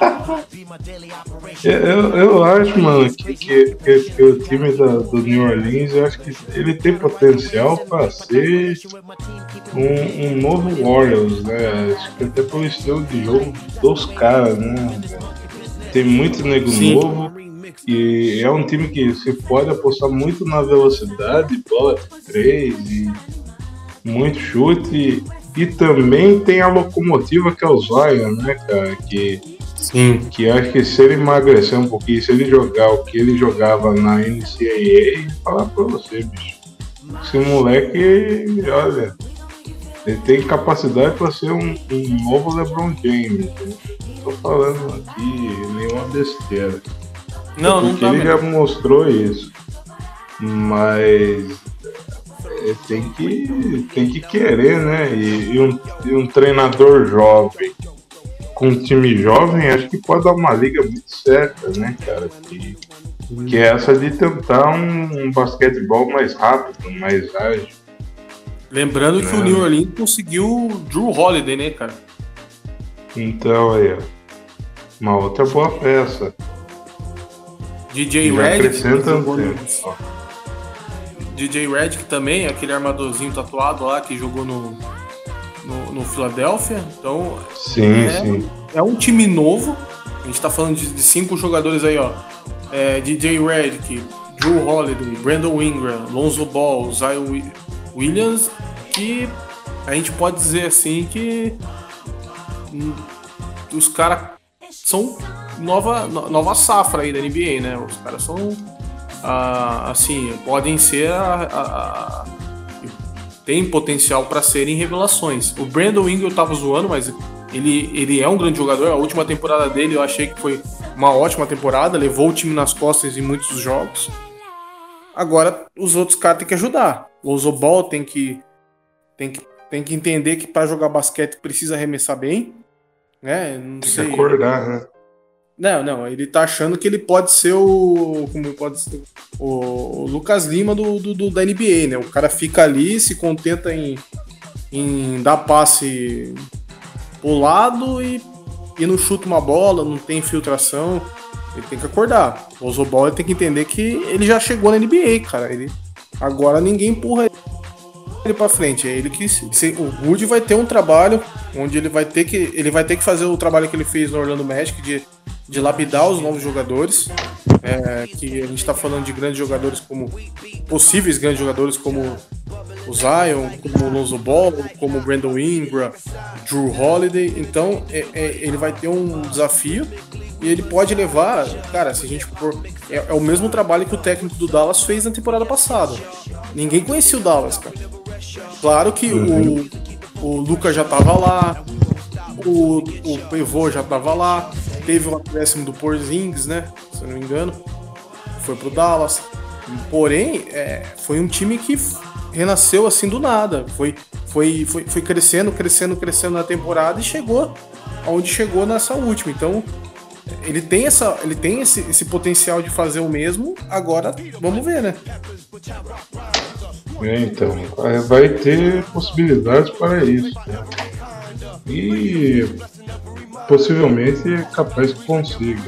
eu, eu acho, mano, que, que, que, que o time da, do New Orleans, eu acho que ele tem potencial para ser um, um novo Warriors, né? Acho que até pelo estilo de jogo dos caras, né? Tem muito nego Sim. novo. E é um time que se pode apostar muito na velocidade, bola de três e muito chute. E também tem a locomotiva que é o Zion, né, cara? Que, Sim. que acho que se ele emagrecer um pouquinho, se ele jogar o que ele jogava na N C A A, vou falar pra você, bicho. Esse moleque, olha, ele tem capacidade pra ser um, um novo LeBron James. Não tô falando aqui nenhuma besteira. Não, não tá. Ele mesmo. já mostrou isso. Mas tem que, tem que querer, né? E, e, um, e um treinador jovem com um time jovem, acho que pode dar uma liga muito certa, né, cara? Que, que é essa de tentar um, um basquetebol mais rápido, mais ágil. Lembrando né? que o New Orleans conseguiu o Drew Holiday, né, cara? Então, aí, ó. Uma outra boa peça. D J Redick. D J Redick também, aquele armadorzinho tatuado lá que jogou no, no, no Philadelphia. Então, sim, é, sim. é um time novo. A gente tá falando de, de cinco jogadores aí, ó. É, D J Redick, Drew Holiday, Brandon Ingram, Lonzo Ball, Zion Williams, que a gente pode dizer assim que hum, os caras são nova, nova safra aí da N B A, né? Os caras são ah, assim, podem ser a, a, a, tem potencial para serem revelações. O Brandon Ingram eu tava zoando, mas ele, ele é um grande jogador. A última temporada dele eu achei que foi uma ótima temporada, levou o time nas costas em muitos jogos. Agora os outros caras têm que ajudar. O Lonzo Ball tem que, tem que, tem que entender que para jogar basquete precisa arremessar bem, né? Não tem sei. que acordar, né? Não, não, ele tá achando que ele pode ser o. Como pode ser? O, o Lucas Lima do, do, do, da N B A, né? O cara fica ali, se contenta em, em dar passe pro lado e, e não chuta uma bola, não tem infiltração. Ele tem que acordar. O Lonzo Ball tem que entender que ele já chegou na N B A, cara. Ele, agora ninguém empurra ele pra frente. É ele que. Se, o Wood vai ter um trabalho onde ele vai ter que. Ele vai ter que fazer o trabalho que ele fez no Orlando Magic de. de lapidar os novos jogadores, é, que a gente está falando de grandes jogadores como possíveis grandes jogadores como o Zion, como o Lonzo Ball, como o Brandon Ingram, Drew Holiday. Então é, é, ele vai ter um desafio e ele pode levar, cara, se a gente for, é, é o mesmo trabalho que o técnico do Dallas fez na temporada passada. Ninguém conhecia o Dallas, cara. Claro que uhum. o, o Luka já estava lá, o, o Pivô já estava lá. Teve um acréscimo do Porzingis, né? Se eu não me engano. Foi pro Dallas. Porém, é, foi um time que renasceu assim do nada. Foi, foi, foi, foi crescendo, crescendo, crescendo na temporada e chegou aonde chegou nessa última. Então, ele tem, essa, ele tem esse, esse potencial de fazer o mesmo. Agora, vamos ver, né? É, então, vai ter possibilidades para isso. Né? E possivelmente é capaz que consiga.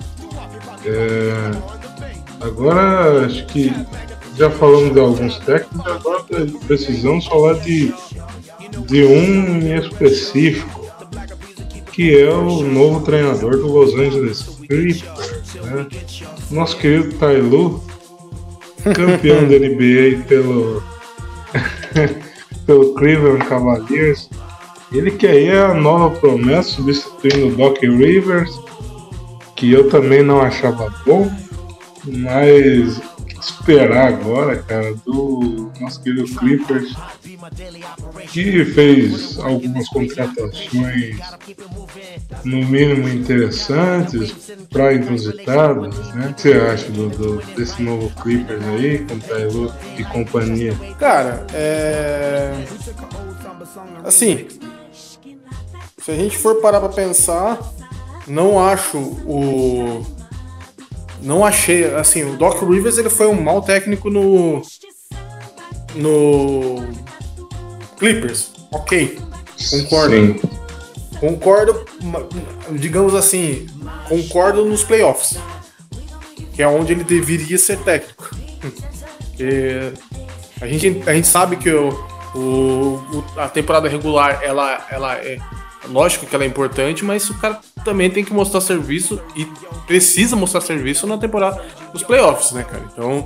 É, agora, acho que já falamos de alguns técnicos, agora precisamos falar de, de um em específico, que é o novo treinador do Los Angeles Clippers, né? né? Nosso querido Ty Lue, campeão da N B A pelo, pelo Cleveland Cavaliers. Ele que aí é a nova promessa, substituindo o Doc Rivers, que eu também não achava bom, mas esperar agora, cara, do nosso querido Clippers, que fez algumas contratações no mínimo interessantes, para inusitadas, né? O que você acha do, do, desse novo Clippers aí, com Ty Lue e companhia? Cara, é... assim, se a gente for parar pra pensar, não acho o... Não achei, assim, o Doc Rivers ele foi um mau técnico no... No... Clippers, ok, concordo. Sim. Concordo, digamos assim, concordo nos playoffs, que é onde ele deveria ser técnico. E a, gente, a gente sabe que o, o, a temporada regular, ela, ela é, lógico que ela é importante, mas o cara também tem que mostrar serviço e precisa mostrar serviço na temporada, nos playoffs, né, cara? Então,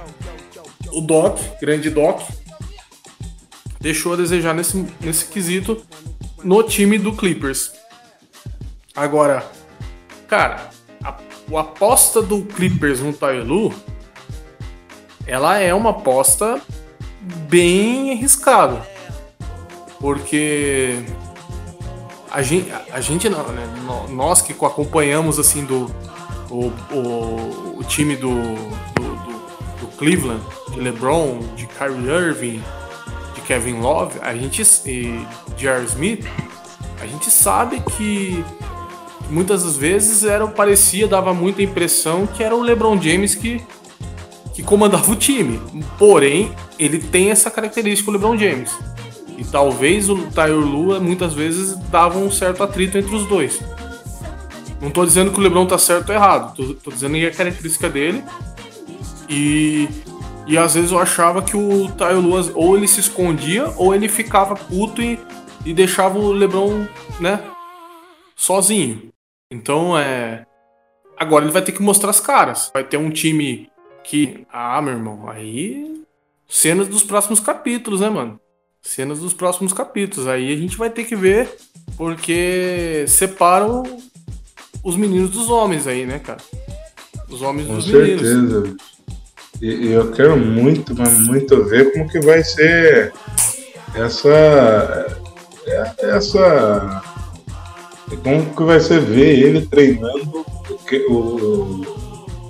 o Doc, grande Doc, deixou a desejar nesse, nesse quesito no time do Clippers. Agora, cara, a, a aposta do Clippers no Ty Lue, ela é uma aposta bem arriscada, porque a gente, a gente não, né, nós que acompanhamos assim do o, o, o time do, do, do, do Cleveland, de LeBron, de Kyrie Irving, de Kevin Love, a gente e de J R. Smith, a gente sabe que muitas das vezes era, parecia, dava muita impressão que era o LeBron James que, que comandava o time. Porém, ele tem essa característica, o LeBron James. E talvez o Ty Lue muitas vezes dava um certo atrito entre os dois. Não tô dizendo que o LeBron tá certo ou errado, tô, tô dizendo que é a característica dele. E, e às vezes eu achava que o Ty Lue ou ele se escondia ou ele ficava puto e, e deixava o LeBron, né, sozinho. Então é... Agora ele vai ter que mostrar as caras. Vai ter um time que... Ah, meu irmão, aí... Cenas dos próximos capítulos, né, mano? Cenas dos próximos capítulos. Aí a gente vai ter que ver, porque separam os meninos dos homens aí, né, cara? Os homens Com dos certeza. meninos. E, e eu quero muito, mas muito ver como que vai ser essa... Essa... Como que vai ser ver ele treinando o... o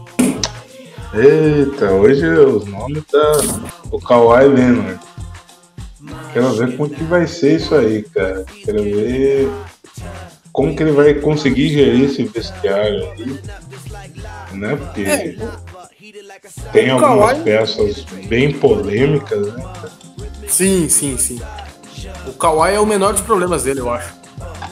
Eita, hoje os nomes tá... O Kawhi Leonard. Quero ver como que vai ser isso aí, cara. Quero ver como que ele vai conseguir gerir esse vestiário aí, né? Porque É, tem o algumas Kawhi- peças bem polêmicas, né? Sim, sim, sim. O Kawhi é o menor dos problemas dele, eu acho.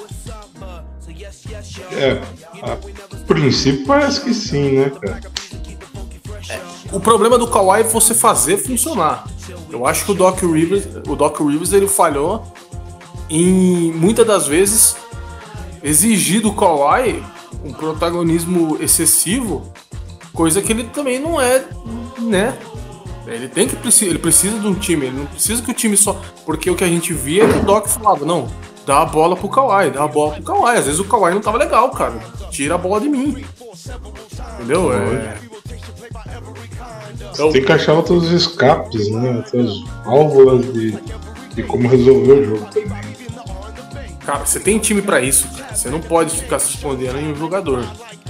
É, a princípio parece que sim, né, cara? O problema do Kawhi é você fazer funcionar. Eu acho que o Doc Rivers, o Doc Rivers ele falhou em, muitas das vezes, exigir do Kawhi um protagonismo excessivo, coisa que ele também não é, né? Ele tem que ele precisa de um time, ele não precisa que o time só... Porque o que a gente via é que o Doc falava, não, dá a bola pro Kawhi, dá a bola pro Kawhi. Às vezes o Kawhi não tava legal, cara. Tira a bola de mim. Entendeu? É... Você tem que achar outros escapes, né? Outras válvulas de, de como resolver o jogo também. Cara, você tem time pra isso, cara. Você não pode ficar se escondendo em um jogador.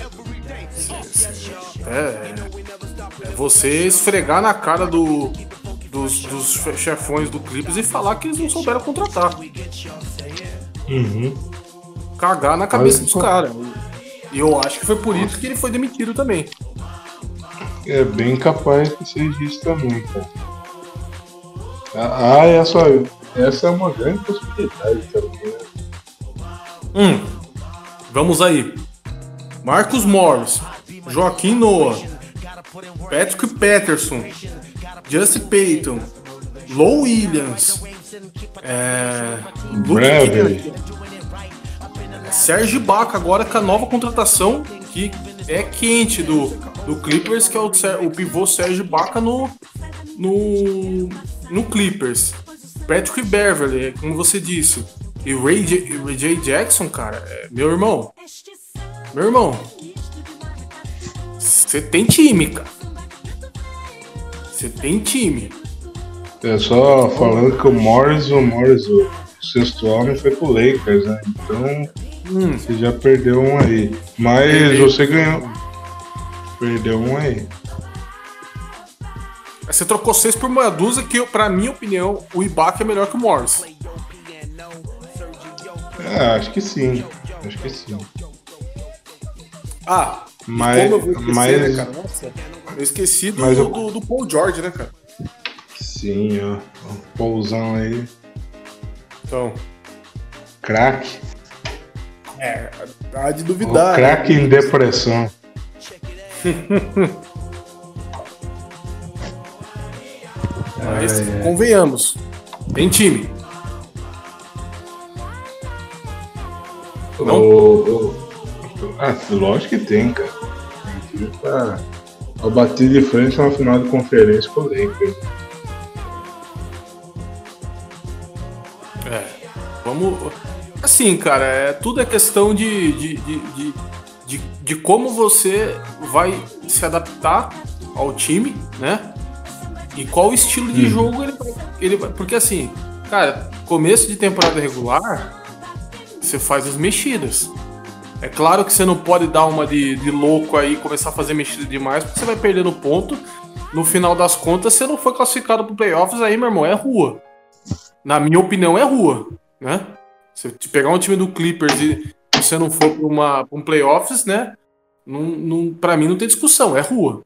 É, é você esfregar na cara do, dos, dos chefões do Clippers e falar que eles não souberam contratar. Uhum. Cagar na cabeça Mas, dos caras. E eu acho que foi por isso que ele foi demitido também. É bem capaz que seja isso também, cara. Ah, essa, essa é uma grande possibilidade também, né? Hum, vamos aí. Marcus Morris, Joaquim Noah, Patrick Patterson, Justin Payton, Lou Williams, é, Luke Bradley. Kennedy, Serge Ibaka agora com a nova contratação que é quente do, do Clippers, que é o, o pivô Serge Ibaka no, no, no Clippers. Patrick Beverley, como você disse. E Ray J, Ray J Jackson, cara, é, meu irmão. Meu irmão. Você tem time, cara. Você tem time. É só falando que o Morris, o Morris, o sexto homem, foi pro Lakers, né? Então, hum. você já perdeu um aí. Mas Perdeu. você ganhou. Perdeu um aí. Você trocou seis por meia dúzia, que, pra minha opinião, o Ibaka é melhor que o Morris. É, acho que sim. Acho que sim. Ah, mas, como eu vou esquecer, mas, né, cara? Nossa, eu esqueci do, eu... do, do Paul George, né, cara? Sim, ó. O Paulzão aí. Então. Craque. É, dá de duvidar. Craque né? em depressão. Mas, é, convenhamos, tem time. Não? O, o, ah, lógico que tem, cara. Tem time pra, pra bater de frente na final de conferência com o Lakers. É, vamos. Assim, cara, é, tudo é questão de, de, de, de, de, de como você vai se adaptar ao time, né? E qual estilo de hum. jogo ele vai, ele vai. Porque assim, cara, começo de temporada regular, você faz as mexidas. É claro que você não pode dar uma de, de louco aí e começar a fazer mexida demais, porque você vai perdendo ponto. No final das contas, você não foi classificado pro playoffs, aí, meu irmão, é rua. Na minha opinião, é rua, né? Se te pegar um time do Clippers e você não for pra, uma, pra um playoffs, né? Não, não, pra mim não tem discussão, é rua.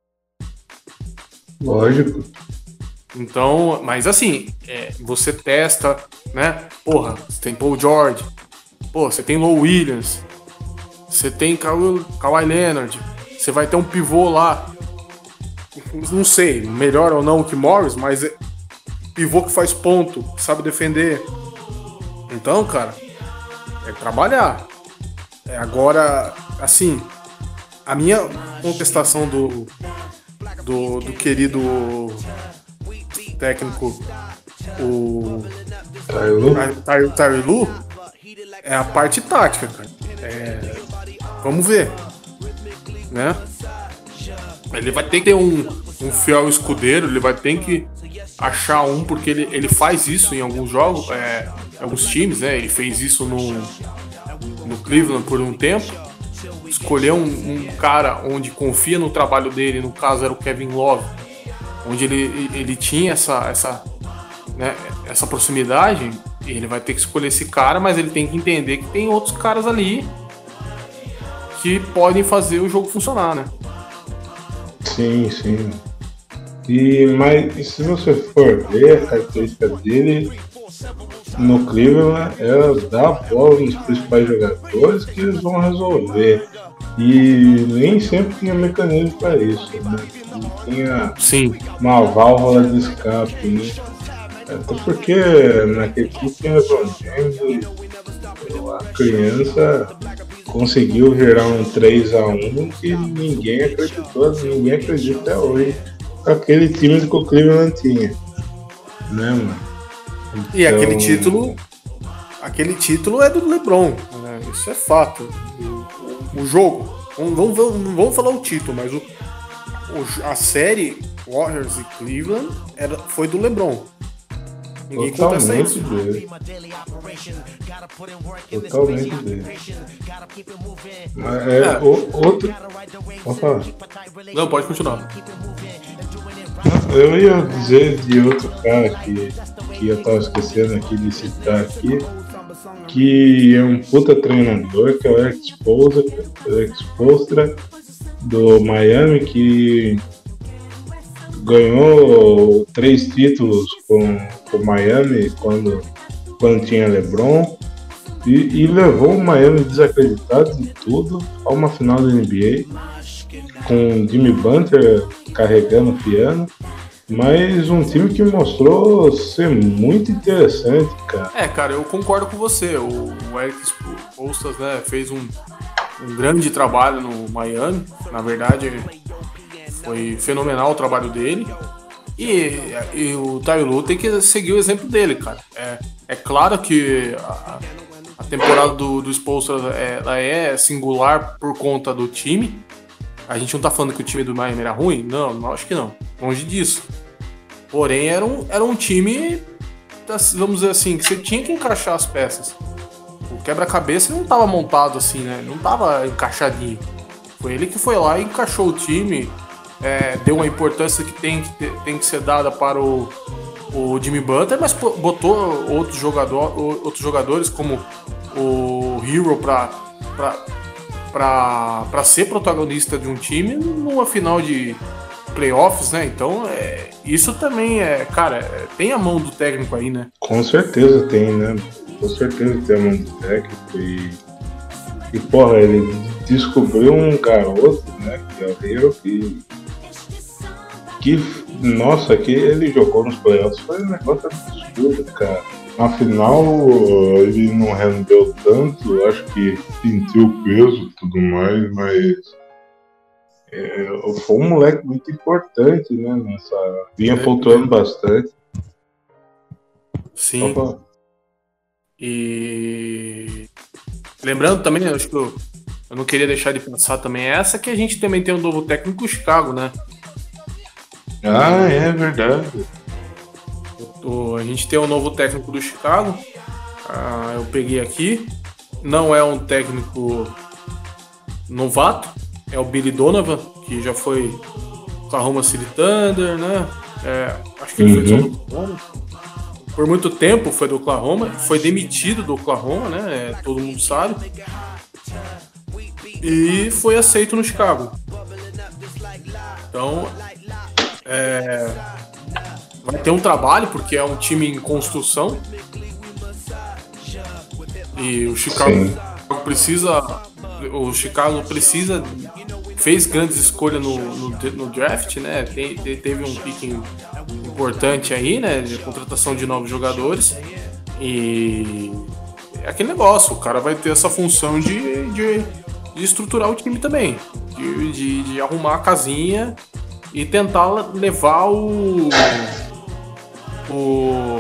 Lógico. Então, mas assim, é, você testa, né? Porra, você tem Paul George, pô, você tem Lou Williams, você tem Kawhi, Kawhi Leonard, você vai ter um pivô lá, não sei, melhor ou não que Morris, mas é pivô que faz ponto, que sabe defender. Então, cara, é trabalhar. É, agora, assim, a minha contestação do Do, do querido técnico o Tyronn Lue é a parte tática, cara. É, vamos ver, né? Ele vai ter que ter um, um fiel escudeiro, ele vai ter que achar um, porque ele, ele faz isso em alguns jogos, é, em alguns times, né? Ele fez isso no, no Cleveland por um tempo. Escolher um, um cara onde confia no trabalho dele, no caso era o Kevin Love, onde ele, ele tinha essa, essa, né, essa proximidade, ele vai ter que escolher esse cara, mas ele tem que entender que tem outros caras ali que podem fazer o jogo funcionar, né? Sim, sim. E, mas se você for ver a característica dele no Cleveland, é dar a bola nos principais jogadores que eles vão resolver. E nem sempre tinha mecanismo para isso, né? Não tinha Sim. uma válvula de escape, né? Até porque naquele time tinha LeBron James e a criança conseguiu virar um três a um que ninguém acreditou, ninguém acredita até hoje. Aquele time que o Cleveland tinha, né, mano? Então... E aquele título, aquele título é do LeBron, né? Isso é fato. O, o jogo, vamos, vamos, vamos falar o título, mas o, o, a série Warriors e Cleveland era, foi do LeBron. Ninguém contesta isso. Dele. Totalmente dele. Mas é, é. O, outro. Pode falar. Não, pode continuar. Eu ia dizer de outro cara que, que eu tava esquecendo aqui de citar aqui, que é um puta treinador, que é o Erik Spoelstra, Erik Spoelstra do Miami, que ganhou três títulos com o Miami quando, quando tinha LeBron e, e levou o Miami desacreditado de tudo a uma final da N B A com Jimmy Butler carregando o piano, mas um time que mostrou ser muito interessante, cara. É, cara, eu concordo com você. O, o Erik Spoelstra, né, fez um, um grande trabalho no Miami. Na verdade, foi fenomenal o trabalho dele. E, e o Tyronn Lue tem que seguir o exemplo dele, cara. É, é claro que a, a temporada do, do Spoelstra é, ela é singular por conta do time. A gente não tá falando que o time do Miami era ruim? Não, não acho que não. Longe disso. Porém, era um, era um time, vamos dizer assim, que você tinha que encaixar as peças. O quebra-cabeça não tava montado assim, né? Não tava encaixadinho. Foi ele que foi lá e encaixou o time. É, deu uma importância que tem que, ter, tem que ser dada para o, o Jimmy Butler, mas botou outros, jogador, outros jogadores como o Hero para ser protagonista de um time numa final de playoffs, né? Então, é, isso também é, cara, é, tem a mão do técnico aí, né? Com certeza tem, né? Com certeza tem a mão do técnico e, e porra, ele descobriu um garoto, né? Que é o Hero, que Que, nossa, que ele jogou nos playoffs foi um negócio absurdo, cara. Na final ele não rendeu tanto, acho que sentiu o peso e tudo mais, mas é, foi um moleque muito importante, né? Nessa... Vinha pontuando bastante. Sim. Opa. E lembrando também, acho que eu, eu não queria deixar de pensar também essa, que a gente também tem um novo técnico Chicago, né? Ah, é verdade. O, a gente tem um novo técnico do Chicago. Ah, eu peguei aqui. Não é um técnico novato. É o Billy Donovan, que já foi Oklahoma City Thunder, né? É, acho que ele uhum. foi do Oklahoma. Por muito tempo foi do Oklahoma. Foi demitido do Oklahoma, né? É, todo mundo sabe. E foi aceito no Chicago. Então... É, vai ter um trabalho, porque é um time em construção. E o Chicago Sim. precisa. O Chicago precisa. Fez grandes escolhas no, no, no draft, né? Tem, teve um pick importante aí, né? De contratação de novos jogadores. E é aquele negócio, o cara vai ter essa função de, de, de estruturar o time também. De, de, de arrumar a casinha. E tentar levar o, o,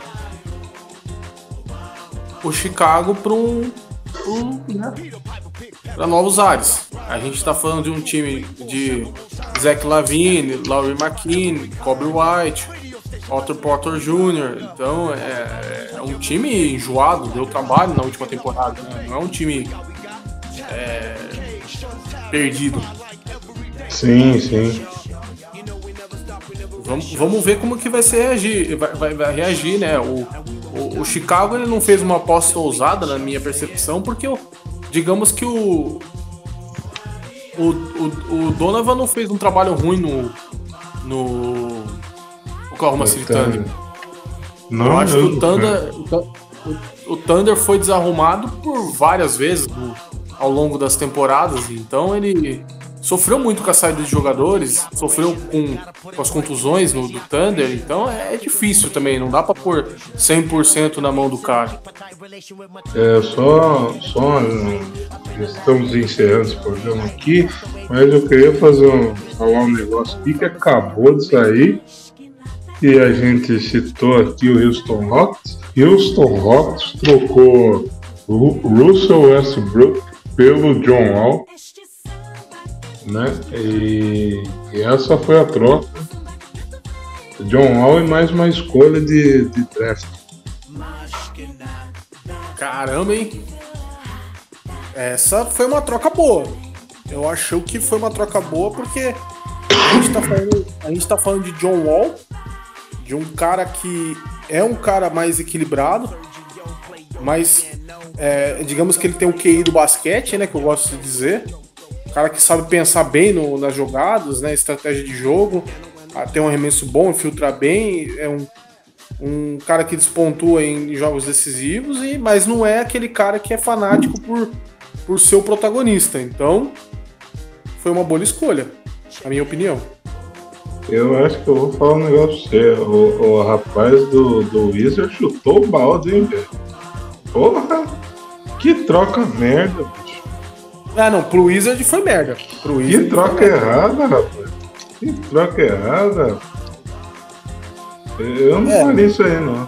o Chicago para um, um, né, para novos ares. A gente está falando de um time de Zach LaVine, Lauri McKinney, Kobe White, Otto Porter Júnior Então é, é um time enjoado, deu trabalho na última temporada. Né? Não é um time é, perdido. Sim, sim. Vamos, vamos ver como que vai ser reagir, vai, vai, vai reagir, né? O, o, o Chicago ele não fez uma aposta ousada na minha percepção, porque o, digamos que o, o, o, o Donovan não fez um trabalho ruim no, no Oklahoma City Thunder. Não, eu acho que o Thunder, o, o Thunder foi desarrumado por várias vezes no, ao longo das temporadas, então ele sofreu muito com a saída de jogadores, sofreu com, com as contusões no, do Thunder, então é, é difícil também, não dá pra pôr cem por cento na mão do cara. É, só, só estamos encerrando esse programa aqui, mas eu queria fazer um, falar um negócio aqui que acabou de sair, e a gente citou aqui o Houston Rockets. Houston Rockets trocou o Russell Westbrook pelo John Wall, né? E, e essa foi a troca. John Wall e mais uma escolha de, de draft. Caramba, hein? Essa foi uma troca boa. Eu acho que foi uma troca boa porque a gente tá falando, a gente tá falando de John Wall, de um cara que é um cara mais equilibrado, mas é, digamos que ele tem o Q I do basquete, né? Que eu gosto de dizer. Cara que sabe pensar bem no, nas jogadas, né? Estratégia de jogo, tem um arremesso bom, infiltrar bem, é um, um cara que despontua em jogos decisivos, e, mas não é aquele cara que é fanático por, por ser o protagonista. Então, foi uma boa escolha, na minha opinião. Eu acho que eu vou falar um negócio pra você. O, o rapaz do, do Wizard chutou o balde, hein, velho? Porra! Que troca merda, bicho. Ah, não, pro Wizard foi merda. Pro Wizard que troca errada, rapaz. Que troca errada. Eu não é. faria isso aí, não.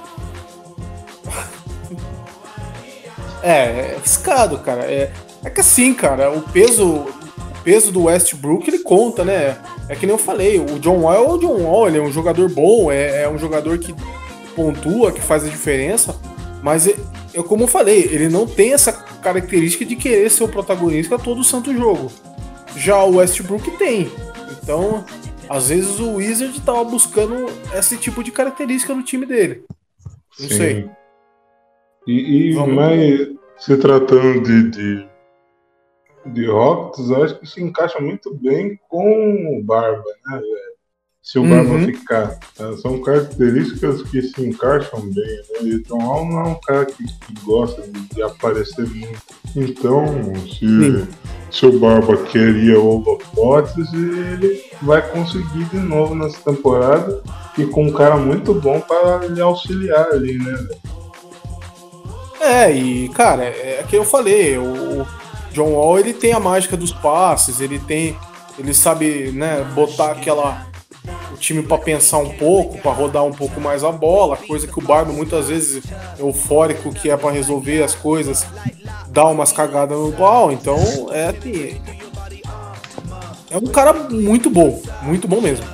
É, é arriscado, cara. É, é que assim, cara, o peso, o peso do Westbrook, ele conta, né? É que nem eu falei, o John Wall é o John Wall, ele é um jogador bom, é, é um jogador que pontua, que faz a diferença, mas é, é como eu falei, ele não tem essa característica de querer ser o protagonista todo o santo jogo. Já o Westbrook tem. Então, às vezes o Wizard tava buscando esse tipo de característica no time dele. Não Sim. sei. E, e mas se tratando de, de, de Rockets, eu acho que se encaixa muito bem com o Barba, né, velho? Se o uhum. Barba ficar. Tá? São características que se encaixam bem, né? E o John Wall não é um cara que, que gosta de, de aparecer muito. Então, se, se o Barba queria holofotes, ele vai conseguir de novo nessa temporada e com um cara muito bom para lhe auxiliar ali, né, velho? É, e cara, é que eu falei, o John Wall, ele tem a mágica dos passes, ele tem, ele sabe, né, botar aquela o time para pensar um pouco, para rodar um pouco mais a bola, coisa que o Barba muitas vezes eufórico que é para resolver as coisas, dá umas cagadas no pau, então é que é um cara muito bom, muito bom mesmo.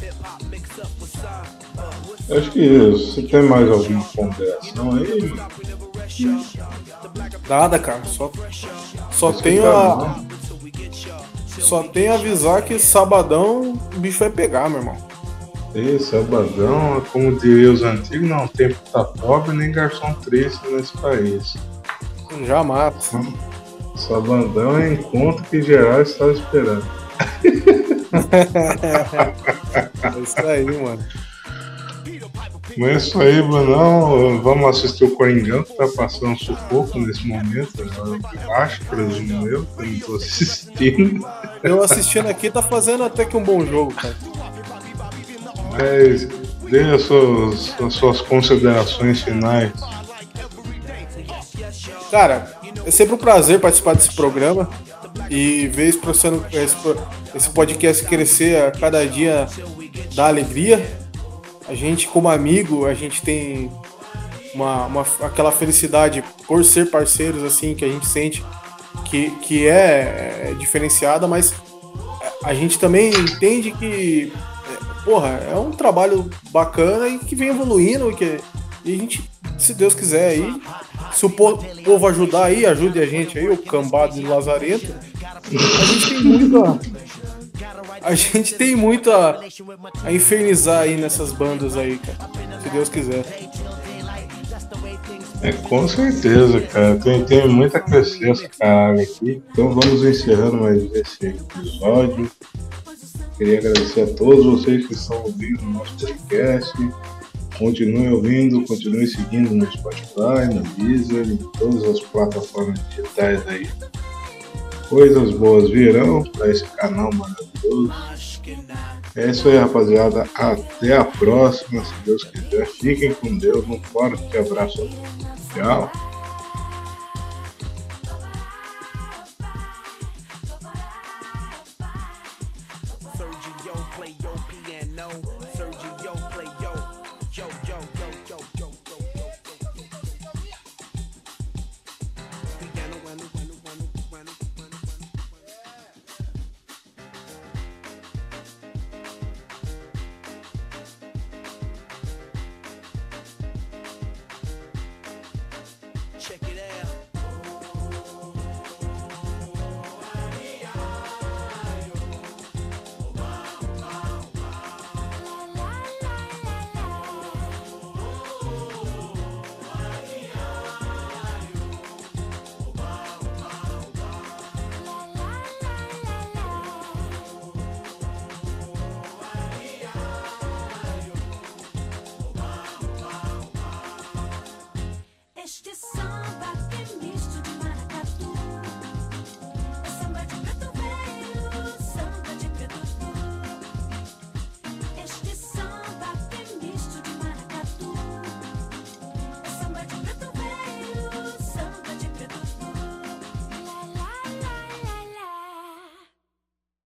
Acho que você tem mais alguma ponderação aí? Nada, cara. Só, só tenho a. Só tenho a avisar que sabadão o bicho vai pegar, meu irmão. E sabadão, como diria os antigos, não tem puta pobre nem garçom triste nesse país. Jamais. Sabadão é encontro que geral estava esperando. É isso aí, mano. Mas é isso aí, Brunão. Vamos assistir o Coringão, que tá passando sufoco nesse momento. Eu acho, presumo eu, que eu não tô assistindo. Eu assistindo aqui tá fazendo até que um bom jogo, cara. Mas dê as suas, as suas considerações finais. Cara, é sempre um prazer participar desse programa e ver esse, esse podcast crescer a cada dia da alegria. A gente, como amigo, a gente tem uma, uma, aquela felicidade por ser parceiros, assim, que a gente sente que, que é, é diferenciada, mas a gente também entende que, porra, é um trabalho bacana e que vem evoluindo e, que, e a gente, se Deus quiser aí, se o povo ajudar aí, ajude a gente aí, o cambado de Lazarento, a gente tem muita... A gente tem muito a, a infernizar aí nessas bandas aí, cara. Se Deus quiser. É, com certeza, cara. Tem, tem muito a crescer essa caralho aqui. Então vamos encerrando mais esse episódio. Queria agradecer a todos vocês que estão ouvindo o nosso podcast. Continuem ouvindo, continuem seguindo no Spotify, no Deezer, em todas as plataformas digitais aí. Coisas boas virão para esse canal maravilhoso. É isso aí, rapaziada. Até a próxima, se Deus quiser. Fiquem com Deus. Um forte abraço. Tchau. Check it out.